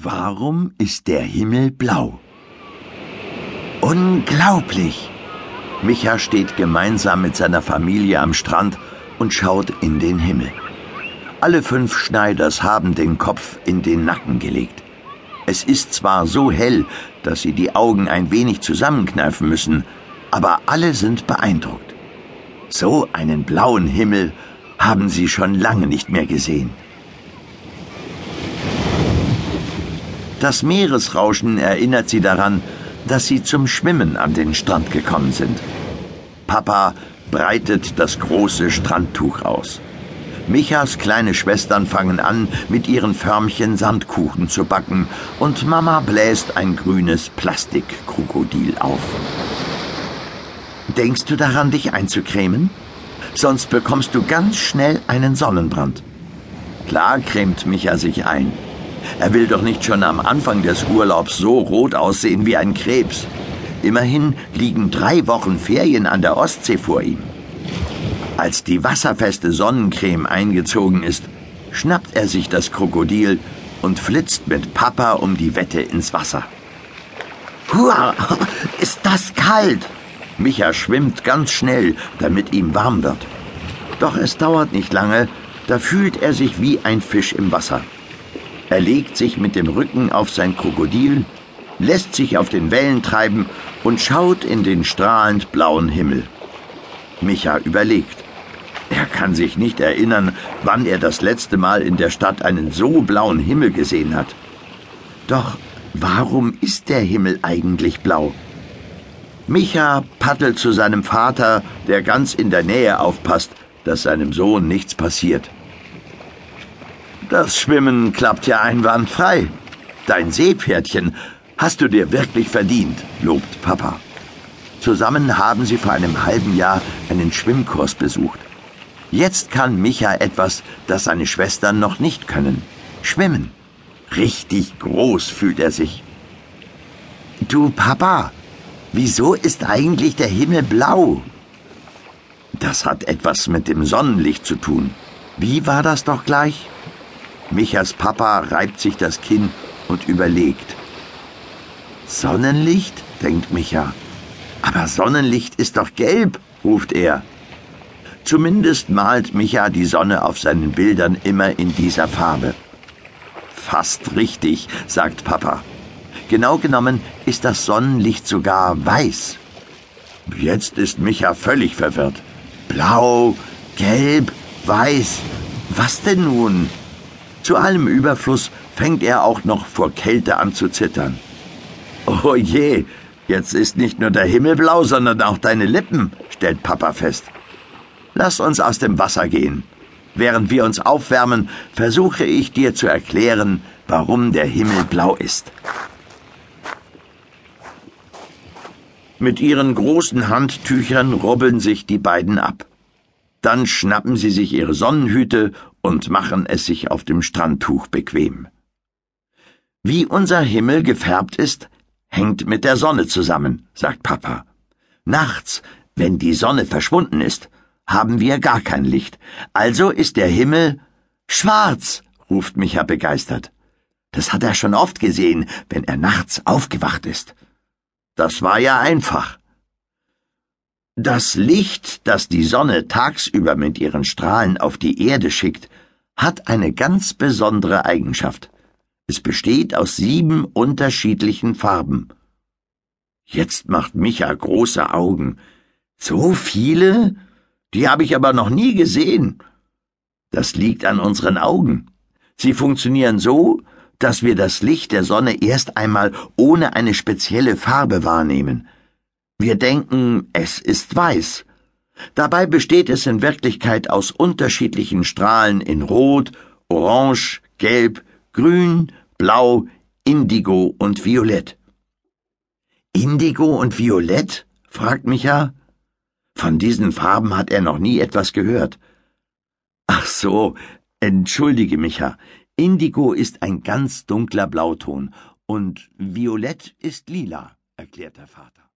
Warum ist der Himmel blau? Unglaublich! Micha steht gemeinsam mit seiner Familie am Strand und schaut in den Himmel. Alle 5 Schneiders haben den Kopf in den Nacken gelegt. Es ist zwar so hell, dass sie die Augen ein wenig zusammenkneifen müssen, aber alle sind beeindruckt. So einen blauen Himmel haben sie schon lange nicht mehr gesehen. Das Meeresrauschen erinnert sie daran, dass sie zum Schwimmen an den Strand gekommen sind. Papa breitet das große Strandtuch aus. Michas kleine Schwestern fangen an, mit ihren Förmchen Sandkuchen zu backen, und Mama bläst ein grünes Plastikkrokodil auf. Denkst du daran, dich einzucremen? Sonst bekommst du ganz schnell einen Sonnenbrand. Klar cremt Micha sich ein. Er will doch nicht schon am Anfang des Urlaubs so rot aussehen wie ein Krebs. Immerhin liegen 3 Wochen Ferien an der Ostsee vor ihm. Als die wasserfeste Sonnencreme eingezogen ist, schnappt er sich das Krokodil und flitzt mit Papa um die Wette ins Wasser. Hua, ist das kalt! Micha schwimmt ganz schnell, damit ihm warm wird. Doch es dauert nicht lange, da fühlt er sich wie ein Fisch im Wasser. Er legt sich mit dem Rücken auf sein Krokodil, lässt sich auf den Wellen treiben und schaut in den strahlend blauen Himmel. Micha überlegt. Er kann sich nicht erinnern, wann er das letzte Mal in der Stadt einen so blauen Himmel gesehen hat. Doch warum ist der Himmel eigentlich blau? Micha paddelt zu seinem Vater, der ganz in der Nähe aufpasst, dass seinem Sohn nichts passiert. Das Schwimmen klappt ja einwandfrei. Dein Seepferdchen hast du dir wirklich verdient, lobt Papa. Zusammen haben sie vor einem halben Jahr einen Schwimmkurs besucht. Jetzt kann Micha etwas, das seine Schwestern noch nicht können: schwimmen. Richtig groß fühlt er sich. Du Papa, wieso ist eigentlich der Himmel blau? Das hat etwas mit dem Sonnenlicht zu tun. Wie war das doch gleich? Michas Papa reibt sich das Kinn und überlegt. Sonnenlicht, denkt Micha. Aber Sonnenlicht ist doch gelb, ruft er. Zumindest malt Micha die Sonne auf seinen Bildern immer in dieser Farbe. Fast richtig, sagt Papa. Genau genommen ist das Sonnenlicht sogar weiß. Jetzt ist Micha völlig verwirrt. Blau, gelb, weiß. Was denn nun? Zu allem Überfluss fängt er auch noch vor Kälte an zu zittern. Oh je, jetzt ist nicht nur der Himmel blau, sondern auch deine Lippen, stellt Papa fest. Lass uns aus dem Wasser gehen. Während wir uns aufwärmen, versuche ich dir zu erklären, warum der Himmel blau ist. Mit ihren großen Handtüchern rubbeln sich die beiden ab. Dann schnappen sie sich ihre Sonnenhüte und machen es sich auf dem Strandtuch bequem. Wie unser Himmel gefärbt ist, hängt mit der Sonne zusammen, sagt Papa. Nachts, wenn die Sonne verschwunden ist, haben wir gar kein Licht. Also ist der Himmel schwarz, ruft Micha begeistert. Das hat er schon oft gesehen, wenn er nachts aufgewacht ist. Das war ja einfach. Das Licht, das die Sonne tagsüber mit ihren Strahlen auf die Erde schickt, hat eine ganz besondere Eigenschaft. Es besteht aus 7 unterschiedlichen Farben. Jetzt macht Micha große Augen. So viele? Die habe ich aber noch nie gesehen. Das liegt an unseren Augen. Sie funktionieren so, dass wir das Licht der Sonne erst einmal ohne eine spezielle Farbe wahrnehmen. Wir denken, es ist weiß. Dabei besteht es in Wirklichkeit aus unterschiedlichen Strahlen in Rot, Orange, Gelb, Grün, Blau, Indigo und Violett. Indigo und Violett? Fragt Micha. Von diesen Farben hat er noch nie etwas gehört. Ach so, entschuldige Micha. Indigo ist ein ganz dunkler Blauton und Violett ist lila, erklärt der Vater.